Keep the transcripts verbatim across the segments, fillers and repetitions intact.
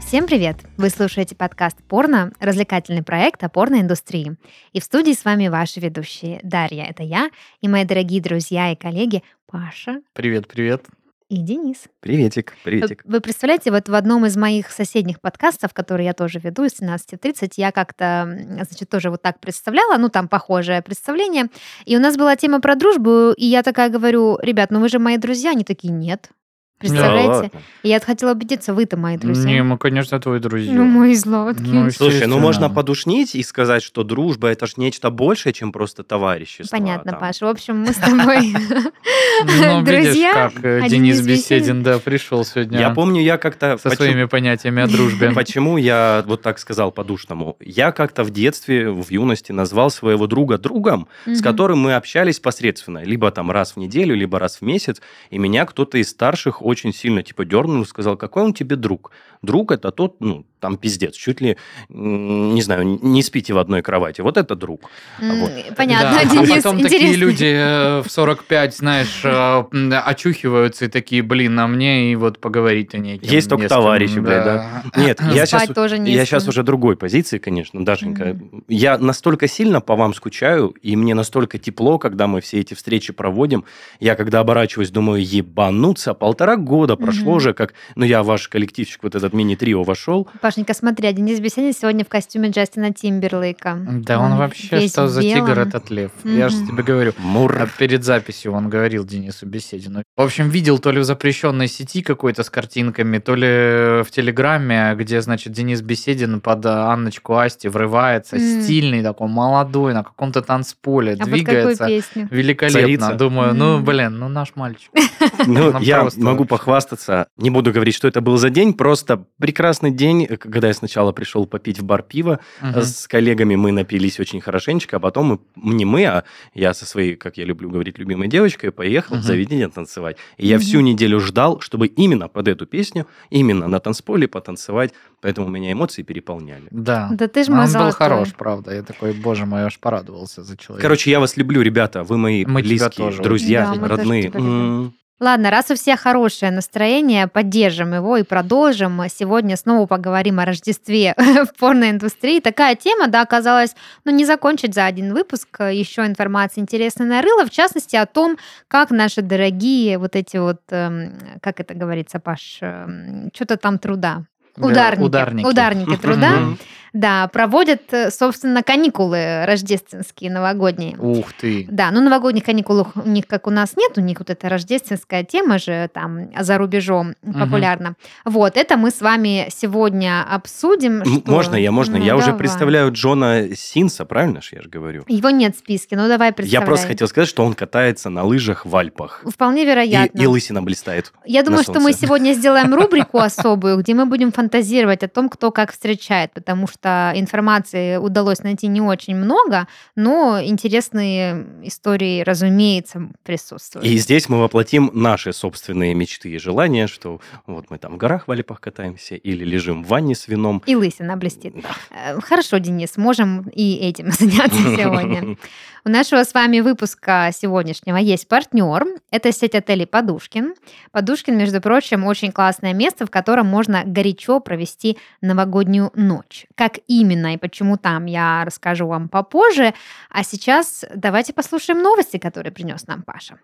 Всем привет! Вы слушаете подкаст «Порно», развлекательный проект о порноиндустрии. И в студии с вами ваши ведущие. Дарья, это я, и мои дорогие друзья и коллеги Паша. Привет, привет. И Денис. Приветик, приветик. Вы, вы представляете, вот в одном из моих соседних подкастов, которые я тоже веду из семнадцати тридцать, я как-то, значит, тоже вот так представляла, ну там похожее представление. И у нас была тема про дружбу, и я такая говорю: ребят, ну вы же мои друзья. Они такие: нет. Представляете? Да, и я хотела убедиться, вы-то мои друзья. Не, мы, конечно, твои друзья. Ну, мои сладкие. Ну, Слушай, ну можно естественно. подушнить и сказать, что дружба это ж нечто большее, чем просто товарищество. Понятно, там. Паша. В общем, мы с тобой Ну, видишь, друзья. как э, а Денис Денис Беседин, да, пришел сегодня Я помню, я как-то... со почему- своими понятиями о дружбе. Почему я вот так сказал по-душному? Я как-то в детстве, в юности назвал своего друга другом, с Мгм. которым мы общались посредственно. Либо там раз в неделю, либо раз в месяц. И меня кто-то из старших очень сильно типа дернул и сказал: какой он тебе друг? Друг это тот, ну, там пиздец, чуть ли, м, не знаю, не спите в одной кровати. Вот это друг. М, Вот. Понятно, Да, а Денис, потом такие интересно. люди э, в сорок пять, знаешь, э, м, очухиваются и такие: блин, а мне и вот поговорить-то не кем, Есть только не с кем». товарищи, блядь, да. Нет, я Спать сейчас, тоже не я с сейчас кем. уже другой позиции, конечно, Дашенька. Мгм. Я настолько сильно по вам скучаю, и мне настолько тепло, когда мы все эти встречи проводим. Я когда оборачиваюсь, думаю, ебануться, полтора года прошло Мгм. уже, как, ну, я в ваш коллективчик, вот этот мини-трио вошел. Пашенька, смотри, а Денис Беседин сегодня в костюме Джастина Тимберлейка. Да он вообще, весь что в за тигр белом. этот лев? Я же Мгм. тебе говорю. А Мур. перед записью он говорил Денису Беседину. В общем, видел то ли в запрещенной сети какой-то с картинками, то ли в Телеграме, где, значит, Денис Беседин под Анночку Асти врывается, М. стильный такой, молодой, на каком-то танцполе, А под какую двигается песню? великолепно. Царица. Думаю, ну, М. блин, ну наш мальчик. Ну, Ну, я просто могу вообще. похвастаться. Не буду говорить, что это был за день, просто прекрасный день, когда я сначала пришел попить в бар пива. Мгм. С коллегами мы напились очень хорошенечко, а потом мы, не мы, а я со своей, как я люблю говорить, любимой девочкой поехал Мгм. в заведение танцевать. И я Мгм. всю неделю ждал, чтобы именно под эту песню, именно на танцполе потанцевать, поэтому меня эмоции переполняли. Да. Да ты ж Он мой был золотой. хорош, правда. Я такой: боже мой, аж порадовался за человека. Короче, я вас люблю, ребята, вы мои Мы тебя близкие, тоже друзья, очень. Да, мы тоже родные. тебя любим. М. Ладно, раз у всех хорошее настроение, поддержим его и продолжим. Сегодня снова поговорим о Рождестве в порноиндустрии. Такая тема, да, оказалась, ну, не закончить за один выпуск. Еще информация интересная нарыла, в частности, о том, как наши дорогие вот эти вот, эм, как это говорится, Паш, эм, что-то там труда. Да, Ударники. ударники. Ударники труда. Мгм. Да, проводят, э, собственно, каникулы рождественские, новогодние. Ух ты. Да, ну новогодних каникул у них, как у нас, нет, у них вот эта рождественская тема же там за рубежом Мгм. популярна. Вот, это мы с вами сегодня обсудим. М, что- Можно, я можно. Ну, я уже давай. представляю Джона Синса, правильно же я же говорю? Его нет в списке, ну давай представляй. Я просто хотел сказать, что он катается на лыжах в Альпах. Вполне И, вероятно. и лысина блистает. Я думаю, на что мы солнце. сегодня сделаем рубрику особую, где мы будем фантазировать о том, кто как встречает, потому что информации удалось найти не очень много, но интересные истории, разумеется, присутствуют. И здесь мы воплотим наши собственные мечты и желания, что вот мы там в горах в Альпах катаемся или лежим в ванне с вином. И лысина блестит. Да. Э, Хорошо, Денис, можем и этим заняться сегодня. У нашего с вами выпуска сегодняшнего есть партнер. Это сеть отелей «Подушкин». «Подушкин», между прочим, очень классное место, в котором можно горячо провести новогоднюю ночь. Как именно и почему там, я расскажу вам попозже. А сейчас давайте послушаем новости, которые принес нам Паша.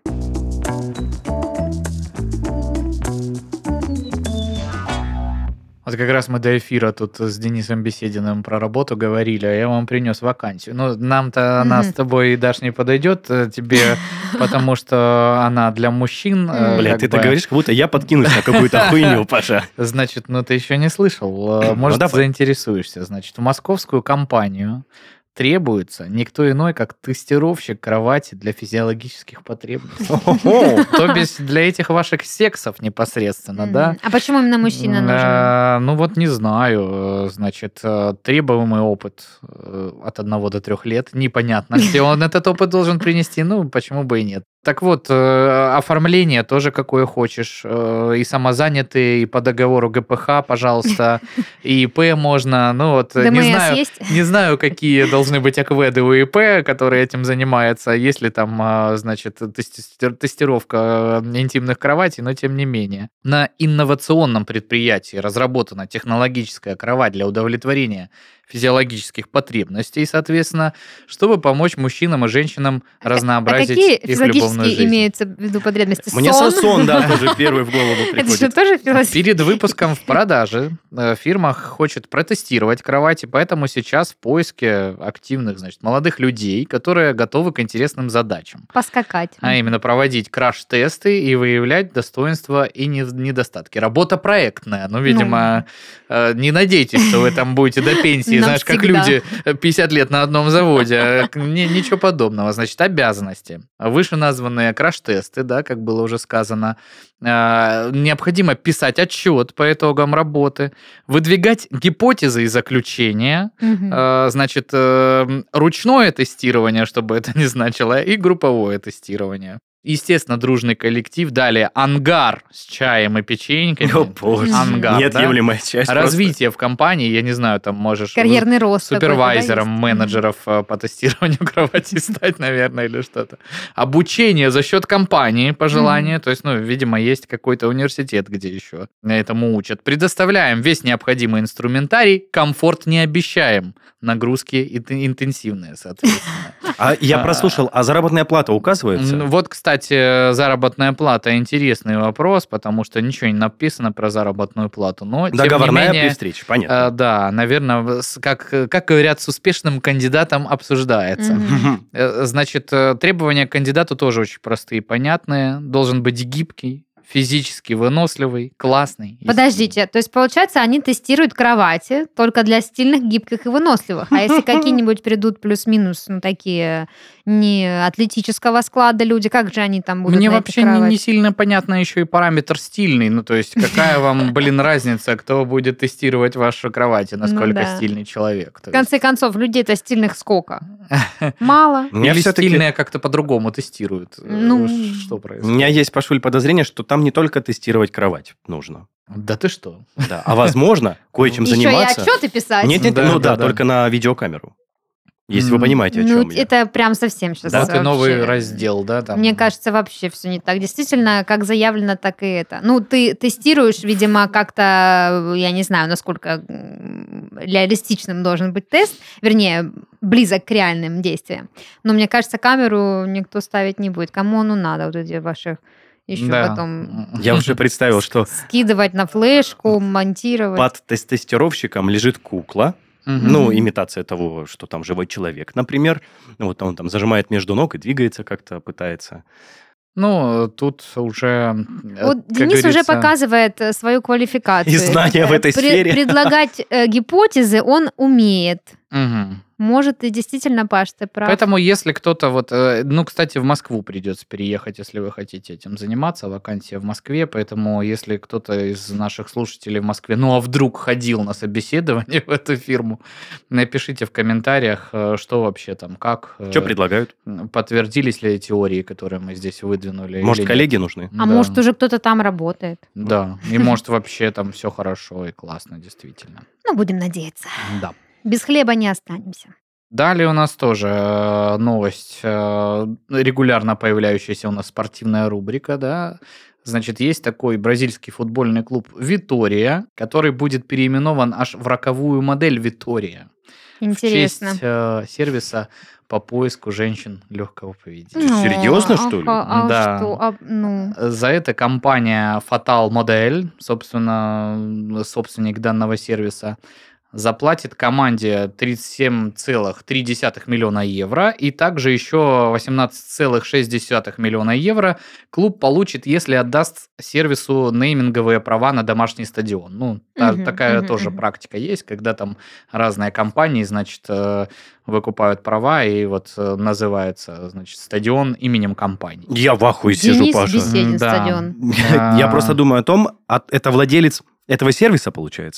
Вот как раз мы до эфира тут с Денисом Бесединым про работу говорили, а я вам принес вакансию. Ну, нам-то она Мгм. с тобой, Даш, не подойдет э, тебе, потому что она для мужчин. э, Бля, как ты бы. так говоришь, как будто я подкинусь на какую-то хуйню, Паша. Значит, ну ты еще не слышал. Э, Может, давай. заинтересуешься. Значит, в московскую компанию требуется никто иной, как тестировщик кровати для физиологических потребностей. То бишь для этих ваших сексов непосредственно, да? Мгм. А почему именно мужчина нужен? Э, Ну вот не знаю, э, значит, э, требуемый опыт э, от одного до трех лет, непонятно, где он этот опыт должен принести, ну почему бы и нет. Так вот, э, оформление тоже какое хочешь. Э, и самозанятые, и по договору ГПХ, пожалуйста, и ИП можно. Ну вот, не ДМС знаю, есть? не знаю, какие должны быть акведы у ИП, которые этим занимаются, есть ли там, а, значит, тести- тестировка э, интимных кроватей, но тем не менее. На инновационном предприятии разработана технологическая кровать для удовлетворения физиологических потребностей, соответственно, чтобы помочь мужчинам и женщинам А разнообразить какие их любовную физиологические жизнь. имеются в виду потребности? Мне Сон? сразу сон, да, тоже первый в голову Это же приходит. тоже философия. Перед выпуском в продаже э, фирма хочет протестировать кровати, поэтому сейчас в поиске активных, значит, молодых людей, которые готовы к интересным задачам. Поскакать. А именно проводить краш-тесты и выявлять достоинства и не- недостатки. Работа проектная. Ну, видимо, э, не надейтесь, что вы там будете до пенсии, знаешь, как Навсегда. люди пятьдесят лет на одном заводе. Ни- Ничего подобного. Значит, обязанности. Вышеназванные краш-тесты, да, как было уже сказано. Э, Необходимо писать отчет по итогам работы, выдвигать гипотезы и заключения, Мгм. Э, значит, э, ручное тестирование, чтобы это не значило, и групповое тестирование. Естественно, дружный коллектив. Далее ангар с чаем и печеньками. О, боже. Ангар, Неотъемлемая часть. Развитие в компании, я не знаю, там можешь Карьерный рост. такой, супервайзером да, есть? менеджеров э, по тестированию кровати стать, наверное, или что-то. Обучение за счет компании, по желанию. То есть, ну, видимо, есть какой-то университет, где еще этому учат. Предоставляем весь необходимый инструментарий, комфорт не обещаем. Нагрузки ин- интенсивные, соответственно. А я прослушал, а заработная плата указывается? Ну, Вот, кстати, заработная плата интересный вопрос, потому что ничего не написано про заработную плату. Но, тем не Договорная менее, при встрече, понятно. э, да, наверное, с- как, как говорят, с успешным кандидатом обсуждается. Мгм. Э, Значит, э, требования к кандидату тоже очень простые и понятные. Должен быть гибкий, физически выносливый, классный. и Подождите, то есть, получается, они тестируют кровати только для стильных, гибких и выносливых. А если какие-нибудь придут плюс-минус, ну, такие не атлетического склада люди, как же они там будут Мне на вообще этих не, не кроватях? сильно понятно еще и параметр стильный. Ну, то есть, какая вам, блин, разница, кто будет тестировать вашу кровать и насколько Ну да. стильный человек. То В конце концов, людей-то стильных сколько? Мало. У меня Или все-таки... стильные как-то по-другому тестируют. Ну, Ш- Что У происходит? меня есть, Пашуль, подозрение, что там не только тестировать кровать нужно. Да ты что? Да. А возможно, кое-чем Еще и заниматься... отчеты писать. Нет, нет, Да, ну да, да, да. только на видеокамеру. Если вы М, понимаете, о Ну, чем я. это прям совсем сейчас Вот и вообще. новый раздел, да? Там. Мне кажется, вообще все не так. Действительно, как заявлено, так и это. Ну, ты тестируешь, видимо, как-то, я не знаю, насколько м, реалистичным должен быть тест, вернее, близок к реальным действиям. Но мне кажется, камеру никто ставить не будет. Кому оно надо, вот эти ваши еще Да. потом Я уже представил, что скидывать на флешку, монтировать. под тест- тестировщиком лежит кукла, Мгм. ну, имитация того, что там живой человек, например. Ну, вот он там зажимает между ног и двигается как-то, пытается. Ну, тут уже... э, Вот как Денис уже говорится, показывает э, свою квалификацию. И знания в Э, этой пре- сфере. Предлагать э, гипотезы он умеет. мгм. Может, и действительно, Паш, ты прав. Поэтому, если кто-то вот... э, Ну, кстати, в Москву придется переехать, если вы хотите этим заниматься. Вакансия в Москве. Поэтому, если кто-то из наших слушателей в Москве, ну, а вдруг ходил на собеседование в эту фирму, напишите в комментариях, э, что вообще там, как... э, Что предлагают? Подтвердились ли теории, которые мы здесь выдвинули? Может, или коллеги нет. нужны? А Да. может, уже кто-то там работает. Да, и может вообще там все хорошо и классно, действительно. Ну, будем надеяться. Да. Без хлеба не останемся. Далее у нас тоже э, новость, э, регулярно появляющаяся у нас спортивная рубрика, да. Значит, есть такой бразильский футбольный клуб «Витория», который будет переименован аж в роковую модель «Витория». Интересно. В честь э, сервиса по поиску женщин легкого поведения. Ну, серьезно, что ли? А, а Да. что? А, ну, За это компания Fatal Model, собственно, собственник данного сервиса, заплатит команде тридцать семь целых три десятых миллиона евро, и также еще восемнадцать целых шесть десятых миллиона евро клуб получит, если отдаст сервису нейминговые права на домашний стадион. Ну, та- Мгм, такая мгм, тоже мгм. практика есть, когда там разные компании, значит, э, выкупают права и вот э, называется, значит, стадион именем компании. Я в ахуе сижу, Денис Паша. Беседин Да. стадион. Я просто думаю о том, а это владелец этого сервиса, получается,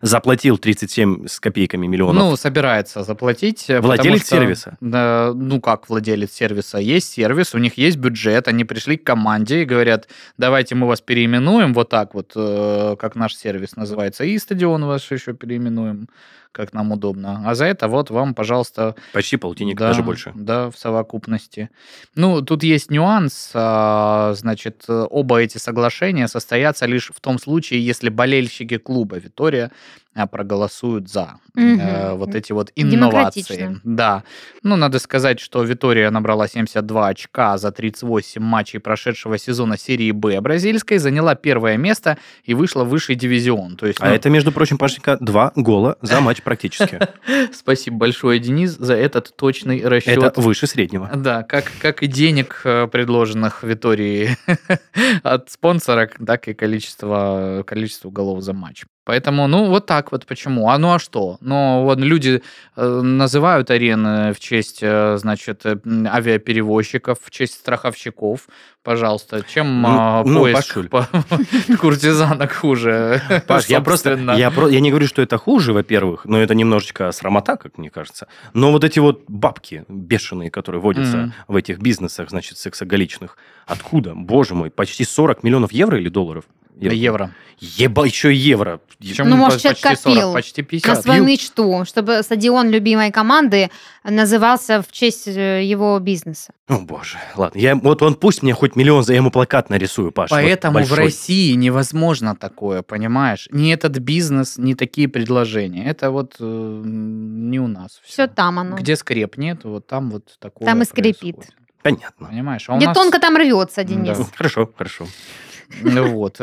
заплатил тридцать семь с копейками миллионов. Ну, собирается заплатить. Владелец что, сервиса. Да, ну, как владелец сервиса? Есть сервис, у них есть бюджет, они пришли к команде и говорят, давайте мы вас переименуем вот так вот, э, как наш сервис называется, и стадион ваш еще переименуем, как нам удобно. А за это вот вам, пожалуйста... Почти полтинник, да, даже больше. Да, в совокупности. Ну, тут есть нюанс. А, значит, оба эти соглашения состоятся лишь в том случае, если болельщики клуба «Витория» проголосуют за Угу. э, вот эти вот инновации. Да. Ну, надо сказать, что «Витория» набрала семьдесят два очка за тридцать восемь матчей прошедшего сезона серии «Б» бразильской, заняла первое место и вышла в высший дивизион. То есть, а ну... это, между прочим, Пашенька, два гола за матч практически. Спасибо большое, Денис, за этот точный расчет. Это выше среднего. Да, как, как и денег, предложенных Витории от спонсора, так и количество, количество голов за матч. Поэтому, ну, вот так вот почему. А ну а что? Ну, вот люди э, называют арены в честь, э, значит, авиаперевозчиков, в честь страховщиков. Пожалуйста, чем ну, э, ну, поиск по, куртизанок хуже? Паш, я просто, я, про, я не говорю, что это хуже, во-первых, но это немножечко срамота, как мне кажется. Но вот эти вот бабки бешеные, которые водятся mm-hmm. в этих бизнесах, значит, сексоголичных, откуда? Боже мой, почти сорок миллионов евро или долларов? Евро. евро. Еба, еще и евро. Чем ну, может, человек копил сорок, почти пятьдесят. На свою мечту, чтобы стадион любимой команды назывался в честь его бизнеса. О, боже, ладно. Я, вот он пусть мне хоть миллион, я ему плакат нарисую, Паша. Поэтому вот в России невозможно такое, понимаешь? Ни этот бизнес, ни такие предложения. Это вот э, не у нас. Все, все там оно. Где скреп нет, вот там вот такое Там и скрипит. Происходит. Понятно. Понимаешь? А Где нас... тонко там рвется, Денис. Да. Хорошо, хорошо. Вот.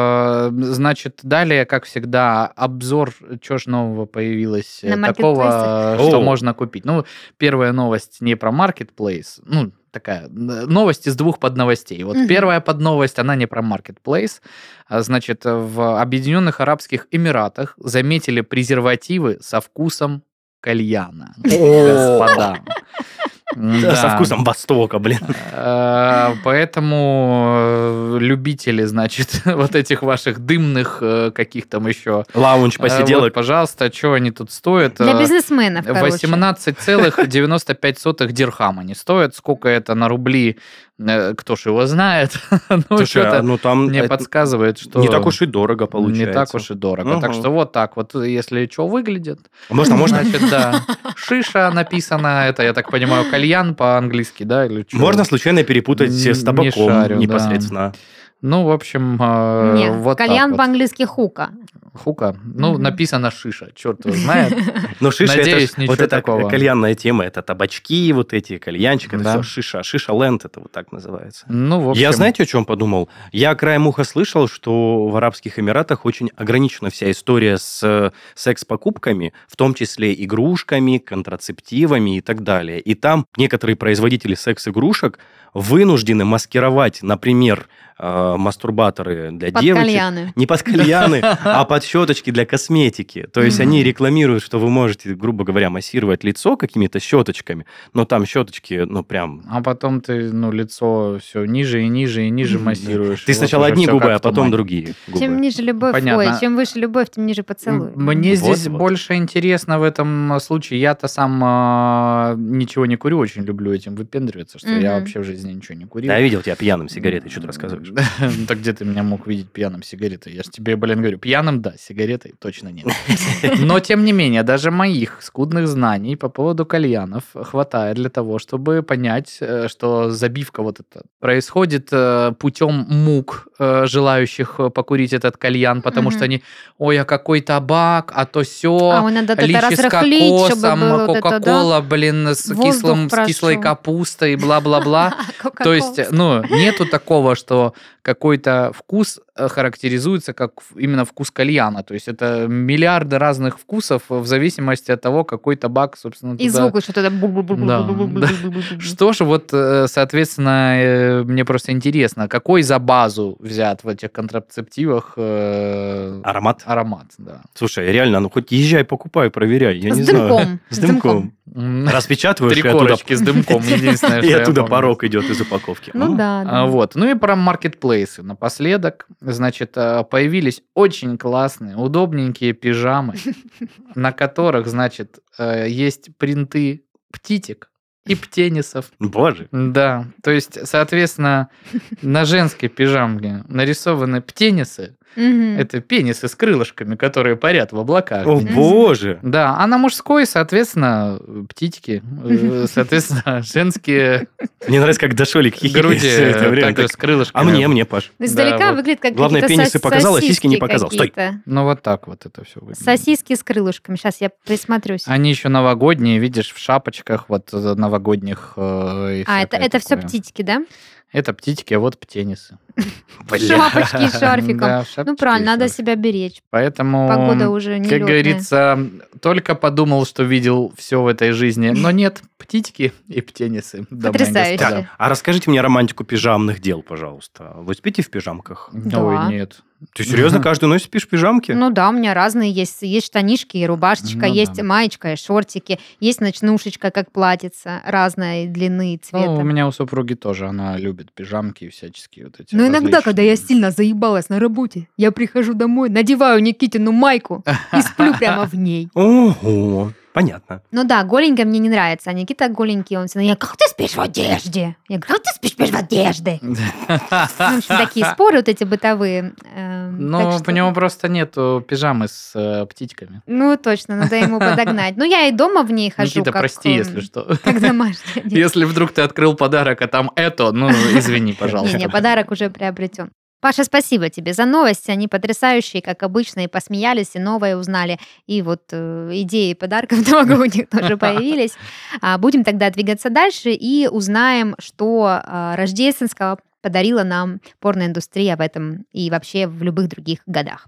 Значит, далее, как всегда, обзор, что ж нового появилось на такого, что можно купить. Ну, первая новость не про Marketplace, ну, такая новость из двух подновостей. Вот угу. первая подновость, она не про Marketplace. Значит, в Объединенных Арабских Эмиратах заметили презервативы со вкусом кальяна. Господа. Да. Со вкусом Востока, блин. Поэтому любители, значит, вот этих ваших дымных, каких там еще... Лаунж посиделок. Вот, пожалуйста, что они тут стоят? Для бизнесменов, короче. восемнадцать целых девяносто пять сотых дирхам они стоят. Сколько это на рубли, кто ж его знает. Ну, Слушай, что-то ну, там мне подсказывает, что... Не так уж и дорого получается. Не так уж и дорого. Угу. Так что вот так вот, если что выглядит... Можно, можно? Значит, да. Шиша написано, это, я так понимаю, кальян по-английски, да? Или что? Можно случайно перепутать с табаком не шарю, непосредственно. Да. Ну, в общем, Нет, вот кальян так по-английски хука. Хука? Ну, mm-hmm. написано шиша, черт его знает. Но шиша, Надеюсь, это вот эта кальянная тема, это табачки, вот эти, кальянчик, это все шиша. Шиша-ленд, это вот так называется. Ну, в общем... Я, знаете, о чем подумал? Я краем уха слышал, что в Арабских Эмиратах очень ограничена вся история с секс-покупками, в том числе игрушками, контрацептивами и так далее. И там некоторые производители секс-игрушек вынуждены маскировать, например, мастурбаторы для под девочек. Кальяны. Не под кальяны, а под щеточки для косметики. То есть они рекламируют, что вы можете, грубо говоря, массировать лицо какими-то щеточками, но там щеточки, ну, прям... А потом ты, ну, лицо все ниже и ниже и ниже массируешь. Ты сначала одни губы, а потом другие губы. Чем ниже любовь, ой, чем выше любовь, тем ниже поцелуй. Мне здесь больше интересно в этом случае. Я-то сам ничего не курю, очень люблю этим выпендриваться, что я вообще в жизни ничего не курил. Да, я видел тебя пьяным сигаретой, что ты рассказываешь. Так где ты меня мог видеть пьяным сигаретой? Я же тебе, блин, говорю, пьяным, да, сигаретой точно нет. Но, тем не менее, даже моих скудных знаний по поводу кальянов хватает для того, чтобы понять, что забивка вот эта происходит путем мук желающих покурить этот кальян, потому что они, ой, а какой табак, а то сё, личи с кокосом, кока-кола, блин, с кислым, с кислой капустой, бла-бла-бла. То есть, ну, нету такого, что какой-то вкус характеризуется как именно вкус кальяна. То есть это миллиарды разных вкусов в зависимости от того, какой табак, собственно, туда... И звук еще туда... Что же вот, соответственно, мне просто интересно, какой за базу взят в этих контрацептивах аромат? Аромат, да. Слушай, реально, ну хоть езжай, покупай, проверяй. Я с не дымком. знаю. С дымком. Распечатываешь, Три корочки с дымком, единственное, что и оттуда порог идет из упаковки. Ну да. Вот. Ну и про маркетплейсы напоследок. значит, э, появились очень классные, удобненькие пижамы, на которых, значит, э, есть принты птитик и птенисов. Боже. Да, то есть, соответственно, на женской пижамке нарисованы птенисы. Мгм. Это пенисы с крылышками, которые парят в облаках. О, боже. Да, а на мужской, соответственно, птички, э, соответственно, женские Мне нравится, как Дашолик хихикает груди всё это время. также Так, с крылышками. А мне, мне, Паш. Издалека Да, вот. выглядит как Главное, какие-то пенисы сос- показал, а сиськи не сосиски показал. Стой. какие-то. Ну, вот так вот это все выглядит. Сосиски с крылышками. Сейчас я присмотрюсь. Они еще новогодние, видишь, в шапочках вот э, новогодних. э, и А, это, всякое это все такое. птички, да? Это птички, а вот птенисы. Шапочки с шарфиком. Да, Ну, шапочки правильно, и надо шарфик. себя беречь. Поэтому, Погода уже как нелетная. говорится, только подумал, что видел все в этой жизни. Но нет, птички и птенисы. дамы и Потрясающе. господа. Так, а расскажите мне романтику пижамных дел, пожалуйста. Вы спите в пижамках? Да. Ой, нет. Ты серьезно каждую ночь спишь в пижамке? Ну да, у меня разные есть. Есть штанишки и рубашечка, Ну есть да. маечка и шортики, есть ночнушечка, как платьица, разной длины и цвета. Ну, у меня у супруги тоже, она любит пижамки и всяческие вот эти Но иногда, когда я различные. сильно заебалась на работе, я прихожу домой, надеваю Никитину майку и сплю прямо в ней. Ого, понятно. Ну да, голенькая мне не нравится. А Никита голенький, он всегда, я, как ты спишь в одежде? Я говорю, как ты спишь в одежде? Ну, в общем, такие споры вот эти бытовые. Эм, так Ну, что- у него просто нету пижамы с э, птичками. Ну, точно, надо ему подогнать. Ну, я и дома в ней хожу. Никита, как, прости, эм, если что. Как домашняя. Если вдруг ты открыл подарок, а там это, ну, извини, пожалуйста. Не-не, подарок уже приобретен. Паша, спасибо тебе за новости. Они потрясающие, как обычно, и посмеялись, и новое узнали. И вот э, идеи подарков новогодних тоже появились. А, Будем тогда двигаться дальше и узнаем, что а, рождественского подарила нам порноиндустрия в этом и вообще в любых других годах.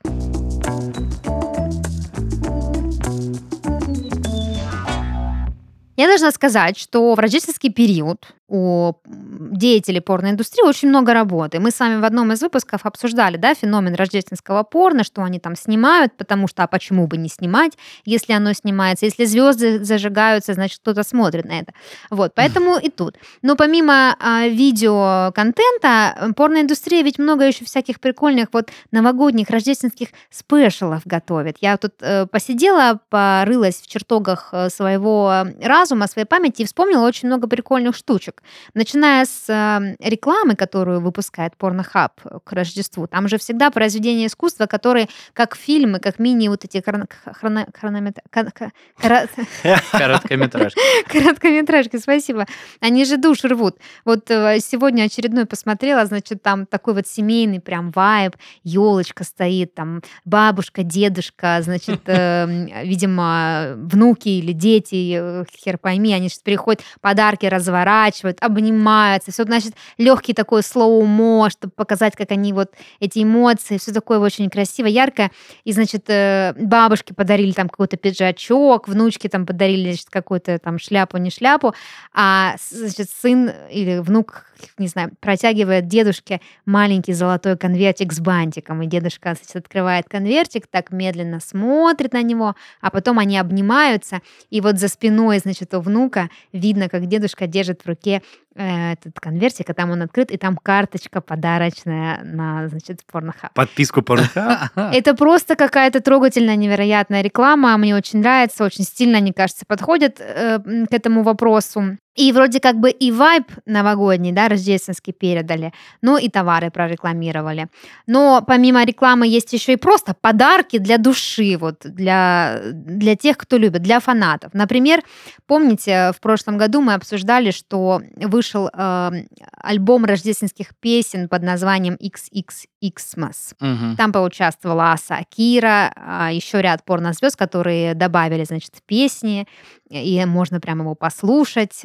Я должна сказать, что в рождественский период у деятелей порноиндустрии очень много работы. Мы с вами в одном из выпусков обсуждали, да, феномен рождественского порно, что они там снимают, потому что, а почему бы не снимать, если оно снимается? Если звезды зажигаются, значит, кто-то смотрит на это. Вот, поэтому и тут. Но помимо а, видеоконтента, порноиндустрия ведь много еще всяких прикольных вот новогодних рождественских спешалов готовит. Я тут э, посидела, порылась в чертогах э, своего разума, своей памяти и вспомнила очень много прикольных штучек. Начиная с э, рекламы, которую выпускает Pornhub к Рождеству, там же всегда произведения искусства, которые как фильмы, как мини вот эти хрон- хрона- хрономет- ка- ка- кара- Короткометражки. короткометражки, спасибо. Они же душу рвут. Вот э, сегодня очередной посмотрела, значит, там такой вот семейный прям вайб, елочка стоит, там бабушка, дедушка, значит, э, видимо, внуки или дети, э, хер пойми, они сейчас приходят, подарки разворачивают, обнимаются, все, значит, легкий такой слоумо, чтобы показать, как они вот эти эмоции, все такое очень красиво, яркое. И, значит, э, бабушке подарили там какой-то пиджачок, внучке там подарили, значит, какую-то там шляпу, не шляпу, а, значит, сын или внук, не знаю, протягивает дедушке маленький золотой конвертик с бантиком, и дедушка, значит, открывает конвертик, так медленно смотрит на него, а потом они обнимаются, и вот за спиной, значит, у внука видно, как дедушка держит в руке э, этот конвертик, а там он открыт, и там карточка подарочная на, значит, Pornhub. Подписку Pornhub? Это просто какая-то трогательная, невероятная реклама. Мне очень нравится, очень стильно, мне кажется, подходит э, к этому вопросу. И вроде как бы и вайб новогодний, да, рождественский передали, но и товары прорекламировали. Но помимо рекламы есть еще и просто подарки для души, вот, для, для тех, кто любит, для фанатов. Например, помните, в прошлом году мы обсуждали, что вышел э, альбом рождественских песен под названием икс икс иксmas. Мгм. Там поучаствовала Аса Акира, а, еще ряд порнозвезд, которые добавили, значит, песни, и можно прямо его послушать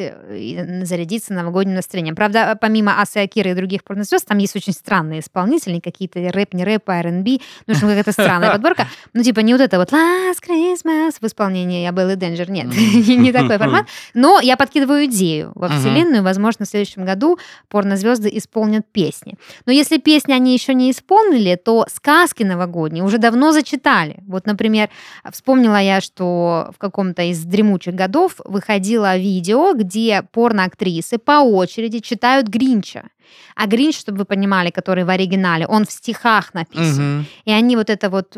и зарядиться новогодним настроением. Правда, помимо Асы Акиры и других порнозвезд, там есть очень странные исполнители, какие-то рэп, не рэп, а ар энд би, ну, в общем, какая-то странная подборка. Ну, типа, не вот это вот Last Christmas в исполнении Беллы Денджер, нет, не такой формат. Но я подкидываю идею во Мгм. вселенную, возможно, в следующем году порнозвезды исполнят песни. Но если песни они еще не исполнили, то сказки новогодние уже давно зачитали. Вот, например, вспомнила я, что в каком-то из дремучих годов выходило видео, где порноактрисы по очереди читают Гринча. А Гринч, чтобы вы понимали, который в оригинале, он в стихах написан. Мгм. И они вот это вот...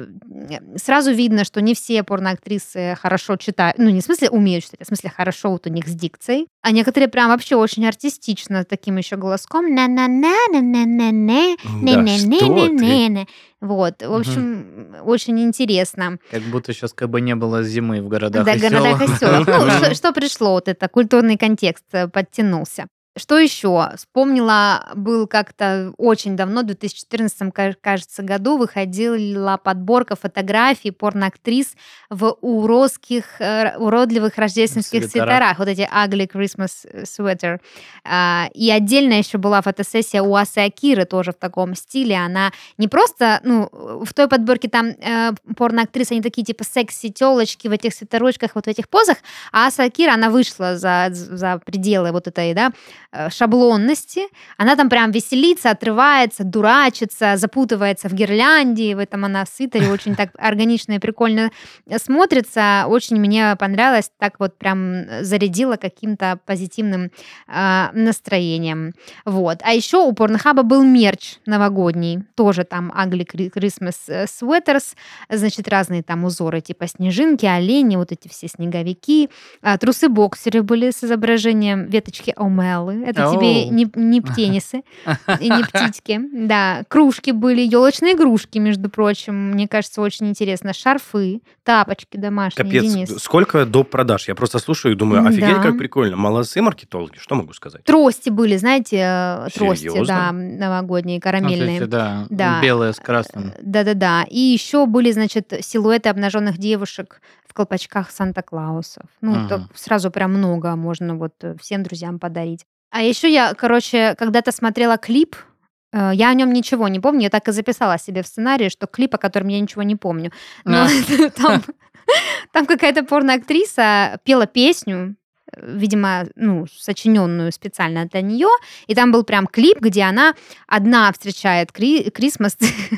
Сразу видно, что не все порноактрисы хорошо читают. Ну, не в смысле умеют читать, а в смысле хорошо вот у них с дикцией. А некоторые прям вообще очень артистично, таким еще голоском. На-на-на-на-на-на-на, Да, что ты? на-на-на-на-на. Вот, в общем, очень интересно. Как будто сейчас как бы не было зимы в городах Да, и городах и селах. селах. Ну, что, что пришло, вот это, культурный контекст э, подтянулся. Что еще? Вспомнила, был как-то очень давно, в две тысячи четырнадцатом, ка- кажется, году выходила подборка фотографий порноактрис в уродских, э, уродливых рождественских Свитерах. свитерах. Вот эти ugly Christmas sweater. А, И отдельно еще была фотосессия у Асы Акиры, тоже в таком стиле. Она не просто, ну, в той подборке там э, порноактрисы, они такие типа секси-телочки в этих свитерочках, вот в этих позах, а Аса Акира, она вышла за, за пределы вот этой, да, э, шаблонности. Она там прям веселится, отрывается, дурачится, запутывается в гирлянде. В этом она в свитере очень так органично и прикольно смотрится. Очень мне понравилось. Так вот прям зарядила каким-то позитивным э, настроением. Вот. А еще у Порнхаба был мерч новогодний. Тоже там ugly Christmas sweaters. Значит, разные там узоры, типа снежинки, олени, вот эти все снеговики. А, трусы-боксеры были с изображением веточки омелы. Это тебе Оу. не, не птенисы и не птички. Да, кружки были, елочные игрушки, между прочим. Мне кажется, очень интересно. Шарфы, тапочки домашние, Капец, Денис. сколько доп. Продаж. Я просто слушаю и думаю, офигеть, Да. как прикольно. Молодцы маркетологи, что могу сказать? Трости были, знаете, э, трости, Серьезно? да, новогодние, Вот карамельные. эти, да, Да. белые с красным. Э, Да-да-да. И еще были, значит, силуэты обнаженных девушек в колпачках Санта-Клаусов. Ну, Ага. так сразу прям много можно вот э, всем друзьям подарить. А еще я, короче, когда-то смотрела клип, э, я о нем ничего не помню, я так и записала себе в сценарии, что клип, о котором я ничего не помню. Но А. там, там какая-то порноактриса пела песню, э, видимо, ну, сочиненную специально для нее, и там был прям клип, где она одна встречает Кри- Крисмас.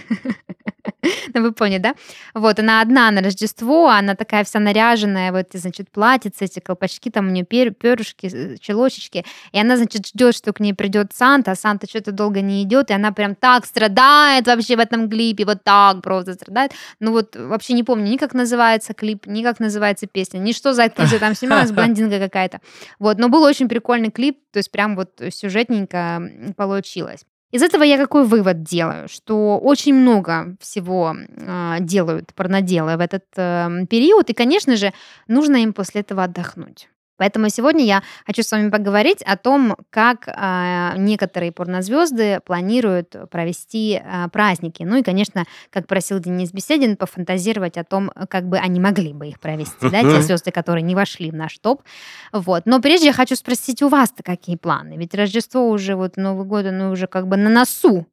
Ну, вы поняли, да? Вот, она одна на Рождество, она такая вся наряженная, в эти, значит, платьица, эти колпачки, там у нее перышки, э, челочечки, и она, значит, ждет, что к ней придет Санта, а Санта что-то долго не идет, и она прям так страдает вообще в этом клипе, вот так просто страдает. Ну вот вообще не помню ни как называется клип, ни как называется песня, ни что за актриса там снималась, блондинка какая-то. Вот, но был очень прикольный клип, то есть прям вот сюжетненько м, получилось. Из этого я какой вывод делаю? Что очень много всего э, делают порноделы в этот э, период, и, конечно же, нужно им после этого отдохнуть. Поэтому сегодня я хочу с вами поговорить о том, как э, некоторые порнозвезды планируют провести э, праздники. Ну и, конечно, как просил Денис Беседин, пофантазировать о том, как бы они могли бы их провести, да, те звезды, которые не вошли в наш топ. Вот. Но прежде я хочу спросить у вас-то какие планы? Ведь Рождество уже, вот Новый год, оно уже как бы на носу.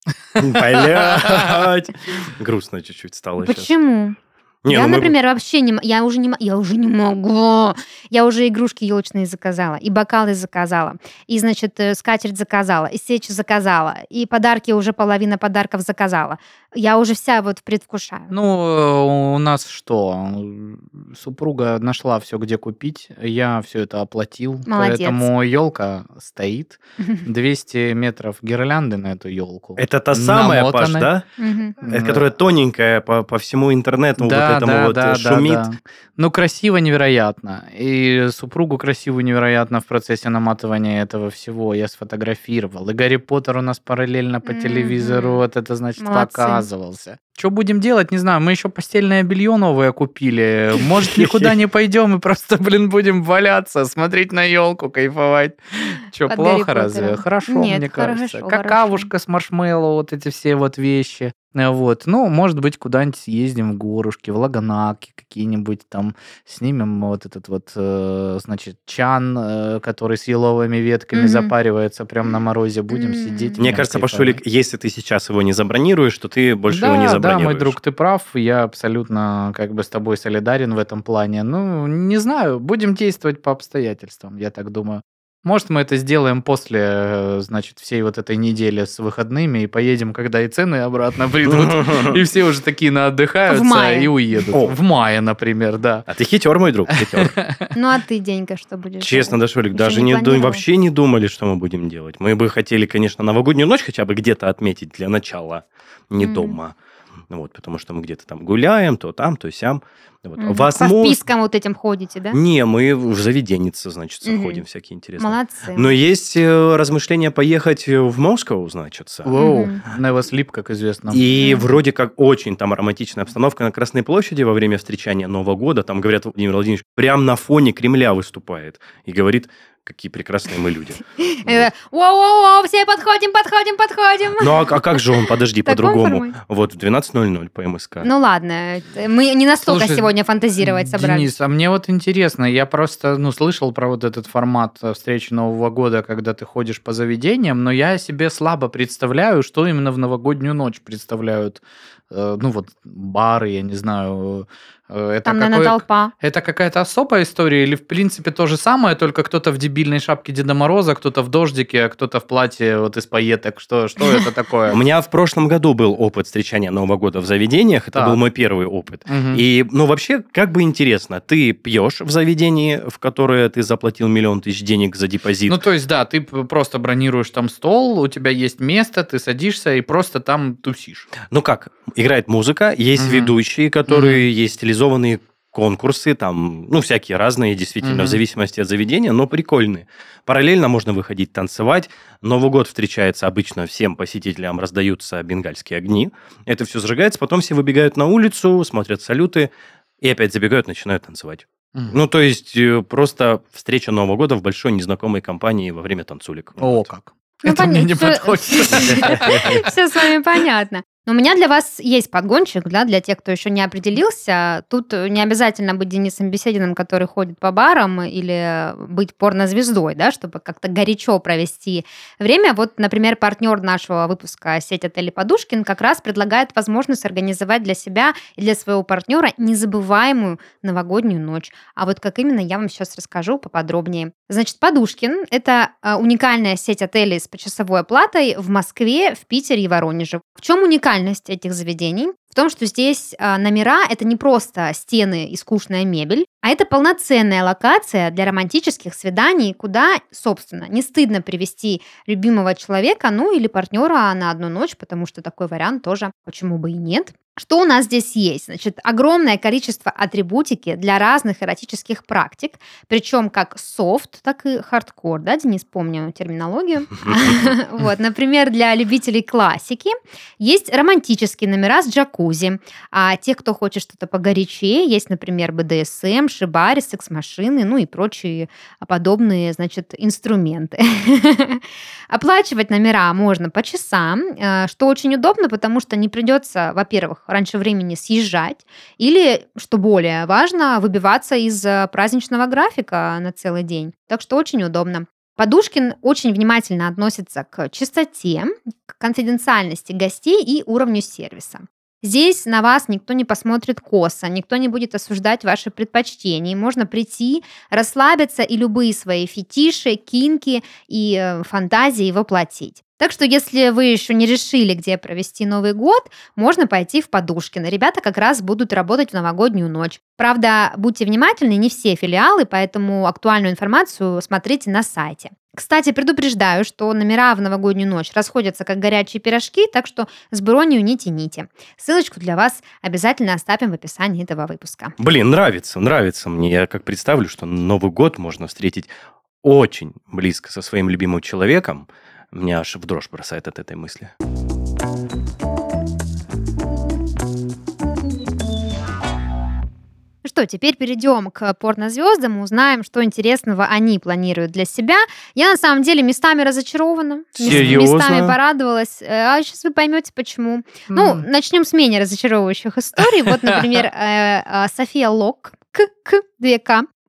Блять. Грустно чуть-чуть стало сейчас. Почему? Не, Я, ну мы- например, вообще не, м- я уже не, м- я уже не могу. Я уже игрушки елочные заказала, и бокалы заказала, и, значит, э, скатерть заказала, и свечи заказала, и подарки уже половина подарков заказала. Я уже вся вот предвкушаю. Ну, э, у нас что? Супруга нашла все, где купить. Я все это оплатил. Молодец. Поэтому елка стоит. двести метров гирлянды на эту елку. Это та самая, Паш, да? Мгм. Э, Которая тоненькая по, по всему интернету, вот этому вот э, шумит. Ну, красиво невероятно. И супругу красивую невероятно в процессе наматывания этого всего я сфотографировал. И Гарри Поттер у нас параллельно по Мгм. телевизору вот это, значит, Молодцы. показывался. Что будем делать, не знаю. Мы еще постельное белье новое купили. Может, никуда не пойдем и просто, блин, будем валяться, смотреть на елку, кайфовать. Что, Под Гарри плохо разве? Поттером. Хорошо, Нет, мне хорошо, кажется. хорошо. Какавушка с маршмеллоу, вот эти все вот вещи. Э, Вот. Ну, может быть, куда-нибудь съездим в горушки, в Лаганаки какие-нибудь там, снимем вот этот вот, э, значит, чан, э, который с еловыми ветками Мгм. запаривается прям на морозе, будем М. сидеть. Мне прям кажется, кайфовать. Пашулик, если ты сейчас его не забронируешь, то ты больше да, его не да, забронируешь. мой друг, ты прав, я абсолютно как бы с тобой солидарен в этом плане. Ну, не знаю, будем действовать по обстоятельствам, я так думаю. Может, мы это сделаем после, э, значит, всей вот этой недели с выходными и поедем, когда и цены обратно придут, и все уже такие наотдыхаются В мае. и уедут. О. В мае, например, да. А ты хитер, мой друг, хитер. Ну, а ты, Денька, что будешь Честно, делать? Дашулик, Ещё даже не не ду- планировал? вообще не думали, что мы будем делать. Мы бы хотели, конечно, новогоднюю ночь хотя бы где-то отметить для начала, не Мгм. дома. Вот, потому что мы где-то там гуляем, то там, то сям. Вот. Мгм. По Возможно... спискам вот этим ходите, да? Не, мы в заведеннице, значит, Мгм. ходим всякие интересные. Молодцы. Но есть э, размышления поехать в Москву, значит. Воу, Мгм. never sleep, как известно. И Мгм. вроде как очень там романтичная обстановка на Красной площади во время встречания Нового года. Там, говорят, Владимир Владимирович прям на фоне Кремля выступает и говорит, какие прекрасные мы люди. Это, Воу-воу-воу, все подходим, подходим, подходим. Ну, а, а как же он, подожди, В таком по-другому? формате? Вот в двенадцать ноль ноль по МСК. Ну ладно, это- мы не настолько Слушай, сегодня фантазировать собрались. Денис, а мне вот интересно, я просто, ну, слышал про вот этот формат э, встречи Нового года, когда ты ходишь по заведениям, но я себе слабо представляю, что именно в новогоднюю ночь представляют, э, ну, вот, бары, я не знаю. э, Это Там, наверное, какое- толпа. Это какая-то особая история или, в принципе, то же самое, только кто-то в дебильной шапке Деда Мороза, кто-то в дождике, а кто-то в платье вот из пайеток. Что, что это такое? У меня в прошлом году был опыт встречания Нового года в заведениях. Это Так. был мой первый опыт. Мгм. И, ну, вообще, как бы интересно, ты пьешь в заведении, в которое ты заплатил миллион тысяч денег за депозит. Ну, то есть, да, ты п- просто бронируешь там стол, у тебя есть место, ты садишься и просто там тусишь. Ну как, играет музыка, есть Мгм. ведущие, которые есть стилизованные конкурсы, там, ну, всякие разные, действительно, Мгм. в зависимости от заведения, но прикольные. Параллельно можно выходить танцевать. Новый год встречается обычно, всем посетителям раздаются бенгальские огни. Это все зажигается, потом все выбегают на улицу, смотрят салюты и опять забегают, начинают танцевать. Мгм. Ну, то есть, э, просто встреча Нового года в большой незнакомой компании во время танцулек. О, Вот. как. Ну, Это мне не понятно, подходит. Все с вами понятно. Но у меня для вас есть подгончик, да, для тех, кто еще не определился. Тут не обязательно быть Денисом Бесединым, который ходит по барам, или быть порнозвездой, да, чтобы как-то горячо провести время. Вот, например, партнер нашего выпуска сеть отелей «Подушкин» как раз предлагает возможность организовать для себя и для своего партнера незабываемую новогоднюю ночь. А вот как именно, я вам сейчас расскажу поподробнее. Значит, «Подушкин» — это э, уникальная сеть отелей с почасовой оплатой в Москве, в Питере и Воронеже. В чем уникальность этих заведений? В том, что здесь а, номера — это не просто стены и скучная мебель, а это полноценная локация для романтических свиданий, куда, собственно, не стыдно привести любимого человека, ну или партнера на одну ночь, потому что такой вариант тоже почему бы и нет. Что у нас здесь есть? Значит, огромное количество атрибутики для разных эротических практик, причем как софт, так и хардкор, да, Денис, помню терминологию. Вот, например, для любителей классики есть романтические номера с джакузи, а те, кто хочет что-то погорячее, есть, например, бэ дэ эс эм, шибари, секс-машины, ну и прочие подобные, значит, инструменты. Оплачивать номера можно по часам, э, что очень удобно, потому что не придется, во-первых, раньше времени съезжать, или, что более важно, выбиваться из э, праздничного графика на целый день. Так что очень удобно. Подушкин очень внимательно относится к чистоте, к конфиденциальности гостей и уровню сервиса. Здесь на вас никто не посмотрит косо, никто не будет осуждать ваши предпочтения. Можно прийти, расслабиться и любые свои фетиши, кинки и э, фантазии воплотить. Так что, если вы еще не решили, где провести Новый год, можно пойти в Подушкино. Ребята как раз будут работать в новогоднюю ночь. Правда, будьте внимательны, не все филиалы, поэтому актуальную информацию смотрите на сайте. Кстати, предупреждаю, что номера в новогоднюю ночь расходятся как горячие пирожки, так что с бронью не тяните. Ссылочку для вас обязательно оставим в описании этого выпуска. Блин, нравится, нравится мне. Я как представлю, что Новый год можно встретить очень близко со своим любимым человеком. Меня аж в дрожь бросает от этой мысли. Что, теперь перейдем к порнозвездам и узнаем, что интересного они планируют для себя. Я на самом деле местами разочарована, Серьезно? местами порадовалась. Э, А сейчас вы поймете, почему. Ну, начнем с менее разочаровывающих историй. Вот, например, э, э, София Лок, К, К, две К,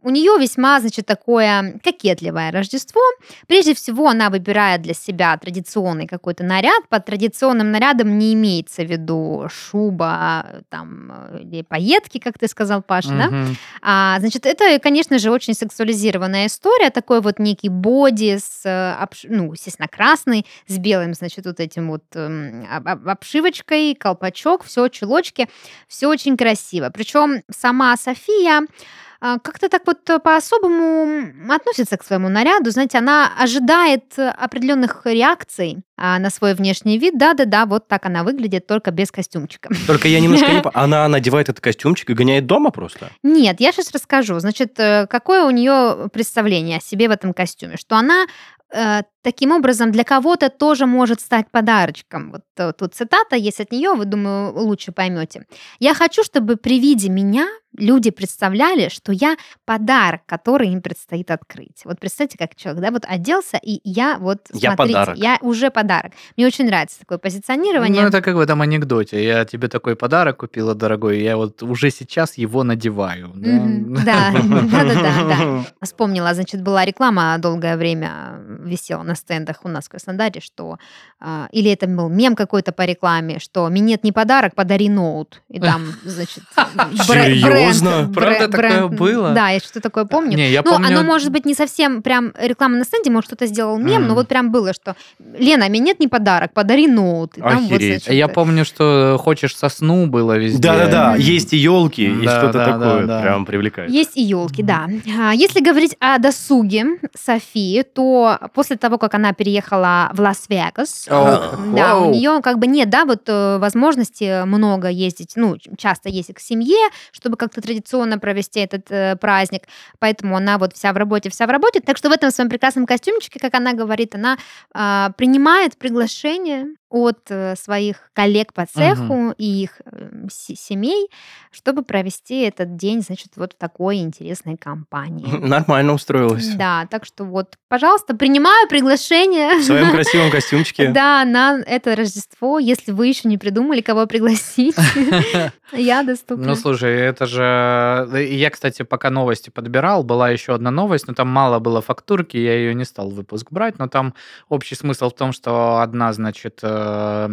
у нее весьма, значит, такое кокетливое Рождество. Прежде всего, она выбирает для себя традиционный какой-то наряд. Под традиционным нарядом не имеется в виду шуба там, или пайетки, как ты сказал, Паша, Мгм. да? А, значит, это, конечно же, очень сексуализированная история. Такой вот некий боди с, э, обш- ну, естественно, красный, с белым, значит, вот этим вот эм, об- об- обшивочкой, колпачок, все, чулочки, все очень красиво. Причем сама София а, как-то так вот э, по-особому относится к своему наряду. Знаете, она ожидает э, определенных реакций а, на свой внешний вид. Да-да-да, вот так она выглядит, только без костюмчика. Только я немножко не... по- Она надевает этот костюмчик и гоняет дома просто? Нет, я сейчас расскажу. Значит, э, какое у нее представление о себе в этом костюме? Что она э, таким образом для кого-то тоже может стать подарочком. Вот э, тут цитата есть от нее, вы, думаю, лучше поймете. «Я хочу, чтобы при виде меня люди представляли, что я подарок, который им предстоит открыть». Вот представьте, как человек, да, вот оделся, и я вот, Я смотрите, подарок. я уже подарок. Мне очень нравится такое позиционирование. Ну, это как в этом анекдоте. Я тебе такой подарок купила, дорогой, и я вот уже сейчас его надеваю. Да? Мгм. Да, да-да-да, да. Вспомнила, значит, была реклама долгое время висела на стендах у нас в Краснодаре, что а, или это был мем какой-то по рекламе, что «Минет не подарок, подари ноут». И там, значит, бре- бренд- Серьезно? бре- Правда такое бренд- было? Да, я что-то такое помню. Не, я Ну, помню... оно может быть не совсем прям реклама на стенде, может, кто-то сделал мем, но Мгм. вот прям было, что «Лена, минет не подарок, подари ноут». И там вот, Охереть. значит, Я помню, что «Хочешь сосну» было везде. Да-да-да, Мгм. есть и елки, и Да, что-то да, такое. да, да. Прям привлекает. Есть и елки, да. А, Если говорить о досуге Софии, то после того, как она переехала в Лас-Вегас, О, да, у вау. нее как бы нет, да, вот э, возможности много ездить, ну, ч- часто ездить к семье, чтобы как-то традиционно провести этот э, праздник. Поэтому она вот вся в работе, вся в работе. Так что в этом своем прекрасном костюмчике, как она говорит, она а, принимает приглашение от э, своих коллег по цеху и их э, се- семей, чтобы провести этот день, значит, вот в такой интересной компании. Нормально устроилась. Да, так что вот, пожалуйста, принимаю приглашение. В своем красивом костюмчике. Да, на это Рождество. Если вы еще не придумали, кого пригласить, я доступна. Ну, слушай, это же... Я, кстати, пока новости подбирал, была еще одна новость, но там мало было фактурки, я ее не стал в выпуск брать, но там общий смысл в том, что одна, значит, э,